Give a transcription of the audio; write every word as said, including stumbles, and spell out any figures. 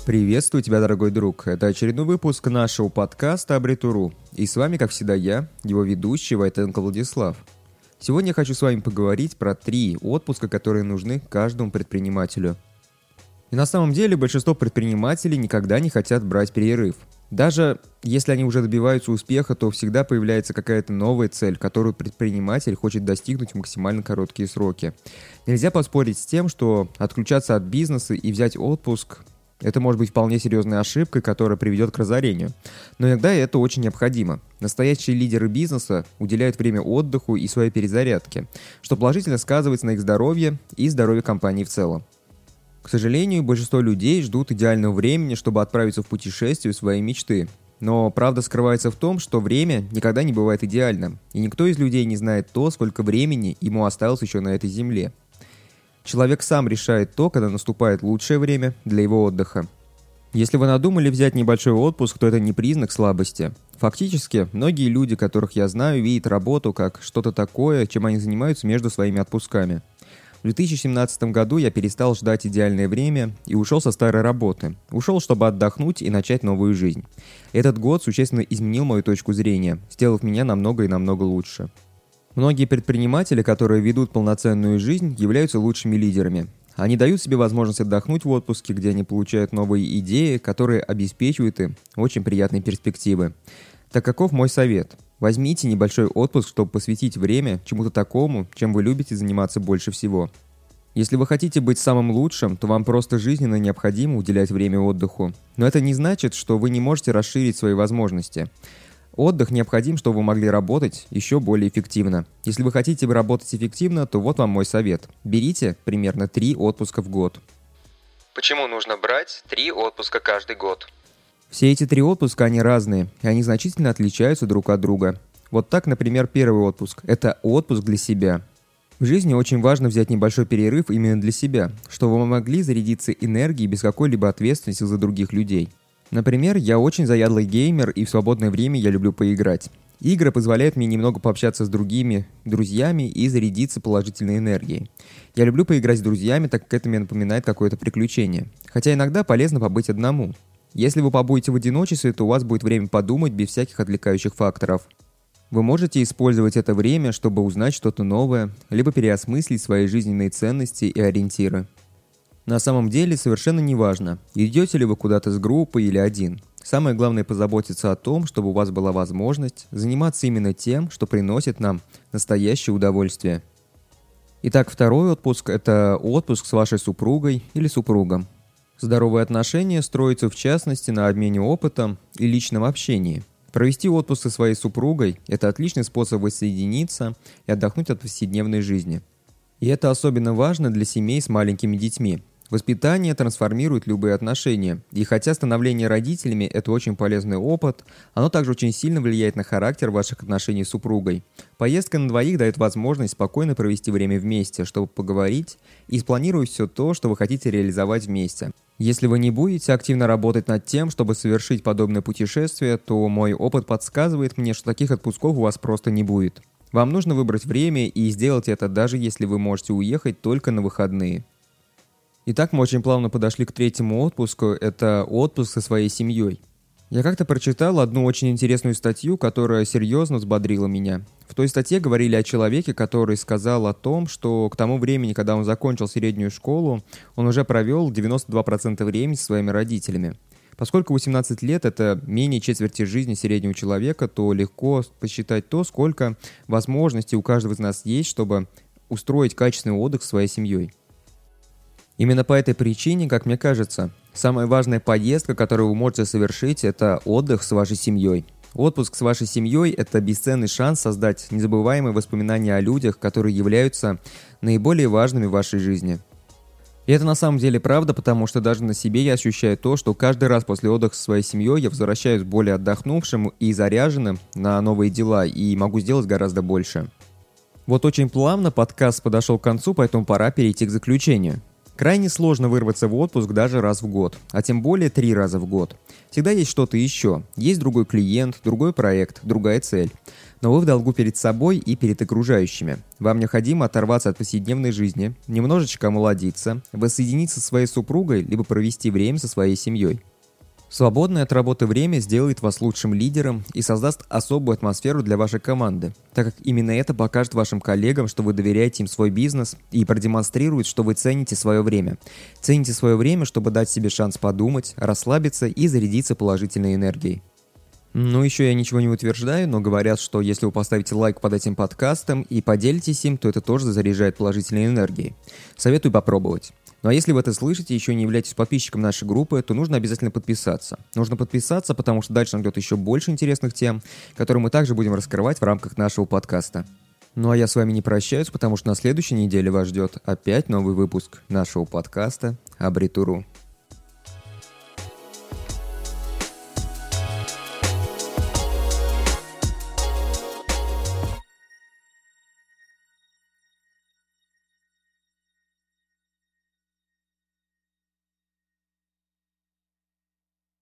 Приветствую тебя, дорогой друг. Это очередной выпуск нашего подкаста Абритуру. И с вами, как всегда, я, его ведущий Войтенко Владислав. Сегодня я хочу с вами поговорить про три отпуска, которые нужны каждому предпринимателю. И на самом деле большинство предпринимателей никогда не хотят брать перерыв. Даже если они уже добиваются успеха, то всегда появляется какая-то новая цель, которую предприниматель хочет достигнуть в максимально короткие сроки. Нельзя поспорить с тем, что отключаться от бизнеса и взять отпуск – это может быть вполне серьезной ошибкой, которая приведет к разорению. Но иногда это очень необходимо. Настоящие лидеры бизнеса уделяют время отдыху и своей перезарядке, что положительно сказывается на их здоровье и здоровье компании в целом. К сожалению, большинство людей ждут идеального времени, чтобы отправиться в путешествие в свои мечты. Но правда скрывается в том, что время никогда не бывает идеальным, и никто из людей не знает то, сколько времени ему осталось еще на этой земле. Человек сам решает то, когда наступает лучшее время для его отдыха. Если вы надумали взять небольшой отпуск, то это не признак слабости. Фактически, многие люди, которых я знаю, видят работу как что-то такое, чем они занимаются между своими отпусками. В две тысячи семнадцатом году я перестал ждать идеальное время и ушел со старой работы. Ушел, чтобы отдохнуть и начать новую жизнь. Этот год существенно изменил мою точку зрения, сделав меня намного и намного лучше. Многие предприниматели, которые ведут полноценную жизнь, являются лучшими лидерами. Они дают себе возможность отдохнуть в отпуске, где они получают новые идеи, которые обеспечивают им очень приятные перспективы. Так каков мой совет? Возьмите небольшой отпуск, чтобы посвятить время чему-то такому, чем вы любите заниматься больше всего. Если вы хотите быть самым лучшим, то вам просто жизненно необходимо уделять время отдыху. Но это не значит, что вы не можете расширить свои возможности. Отдых необходим, чтобы вы могли работать еще более эффективно. Если вы хотите работать эффективно, то вот вам мой совет. Берите примерно три отпуска в год. Почему нужно брать три отпуска каждый год? Все эти три отпуска, они разные, и они значительно отличаются друг от друга. Вот так, например, первый отпуск – это отпуск для себя. В жизни очень важно взять небольшой перерыв именно для себя, чтобы вы могли зарядиться энергией без какой-либо ответственности за других людей. Например, я очень заядлый геймер, и в свободное время я люблю поиграть. Игры позволяют мне немного пообщаться с другими друзьями и зарядиться положительной энергией. Я люблю поиграть с друзьями, так как это мне напоминает какое-то приключение. Хотя иногда полезно побыть одному. Если вы побудете в одиночестве, то у вас будет время подумать без всяких отвлекающих факторов. Вы можете использовать это время, чтобы узнать что-то новое, либо переосмыслить свои жизненные ценности и ориентиры. На самом деле совершенно не важно, идете ли вы куда-то с группой или один. Самое главное позаботиться о том, чтобы у вас была возможность заниматься именно тем, что приносит нам настоящее удовольствие. Итак, второй отпуск – это отпуск с вашей супругой или супругом. Здоровые отношения строятся в частности на обмене опытом и личном общении. Провести отпуск со своей супругой – это отличный способ воссоединиться и отдохнуть от повседневной жизни. И это особенно важно для семей с маленькими детьми. Воспитание трансформирует любые отношения, и хотя становление родителями – это очень полезный опыт, оно также очень сильно влияет на характер ваших отношений с супругой. Поездка на двоих дает возможность спокойно провести время вместе, чтобы поговорить и спланировать все то, что вы хотите реализовать вместе. Если вы не будете активно работать над тем, чтобы совершить подобное путешествие, то мой опыт подсказывает мне, что таких отпусков у вас просто не будет. Вам нужно выбрать время и сделать это, даже если вы можете уехать только на выходные. Итак, мы очень плавно подошли к третьему отпуску, это отпуск со своей семьей. Я как-то прочитал одну очень интересную статью, которая серьезно взбодрила меня. В той статье говорили о человеке, который сказал о том, что к тому времени, когда он закончил среднюю школу, он уже провел девяносто два процента времени со своими родителями. Поскольку восемнадцать лет – это менее четверти жизни среднего человека, то легко посчитать то, сколько возможностей у каждого из нас есть, чтобы устроить качественный отдых со своей семьей. Именно по этой причине, как мне кажется, самая важная поездка, которую вы можете совершить, это отдых с вашей семьей. Отпуск с вашей семьей – это бесценный шанс создать незабываемые воспоминания о людях, которые являются наиболее важными в вашей жизни. И это на самом деле правда, потому что даже на себе я ощущаю то, что каждый раз после отдыха со своей семьей я возвращаюсь более отдохнувшим и заряженным на новые дела и могу сделать гораздо больше. Вот очень плавно подкаст подошел к концу, поэтому пора перейти к заключению. Крайне сложно вырваться в отпуск даже раз в год, а тем более три раза в год. Всегда есть что-то еще, есть другой клиент, другой проект, другая цель. Но вы в долгу перед собой и перед окружающими. Вам необходимо оторваться от повседневной жизни, немножечко омолодиться, воссоединиться со своей супругой, либо провести время со своей семьей. Свободное от работы время сделает вас лучшим лидером и создаст особую атмосферу для вашей команды, так как именно это покажет вашим коллегам, что вы доверяете им свой бизнес и продемонстрирует, что вы цените свое время. Цените свое время, чтобы дать себе шанс подумать, расслабиться и зарядиться положительной энергией. Ну, еще я ничего не утверждаю, но говорят, что если вы поставите лайк под этим подкастом и поделитесь им, то это тоже заряжает положительной энергией. Советую попробовать. Ну а если вы это слышите и еще не являетесь подписчиком нашей группы, то нужно обязательно подписаться. Нужно подписаться, потому что дальше нас ждет еще больше интересных тем, которые мы также будем раскрывать в рамках нашего подкаста. Ну а я с вами не прощаюсь, потому что на следующей неделе вас ждет опять новый выпуск нашего подкаста «Абритуру».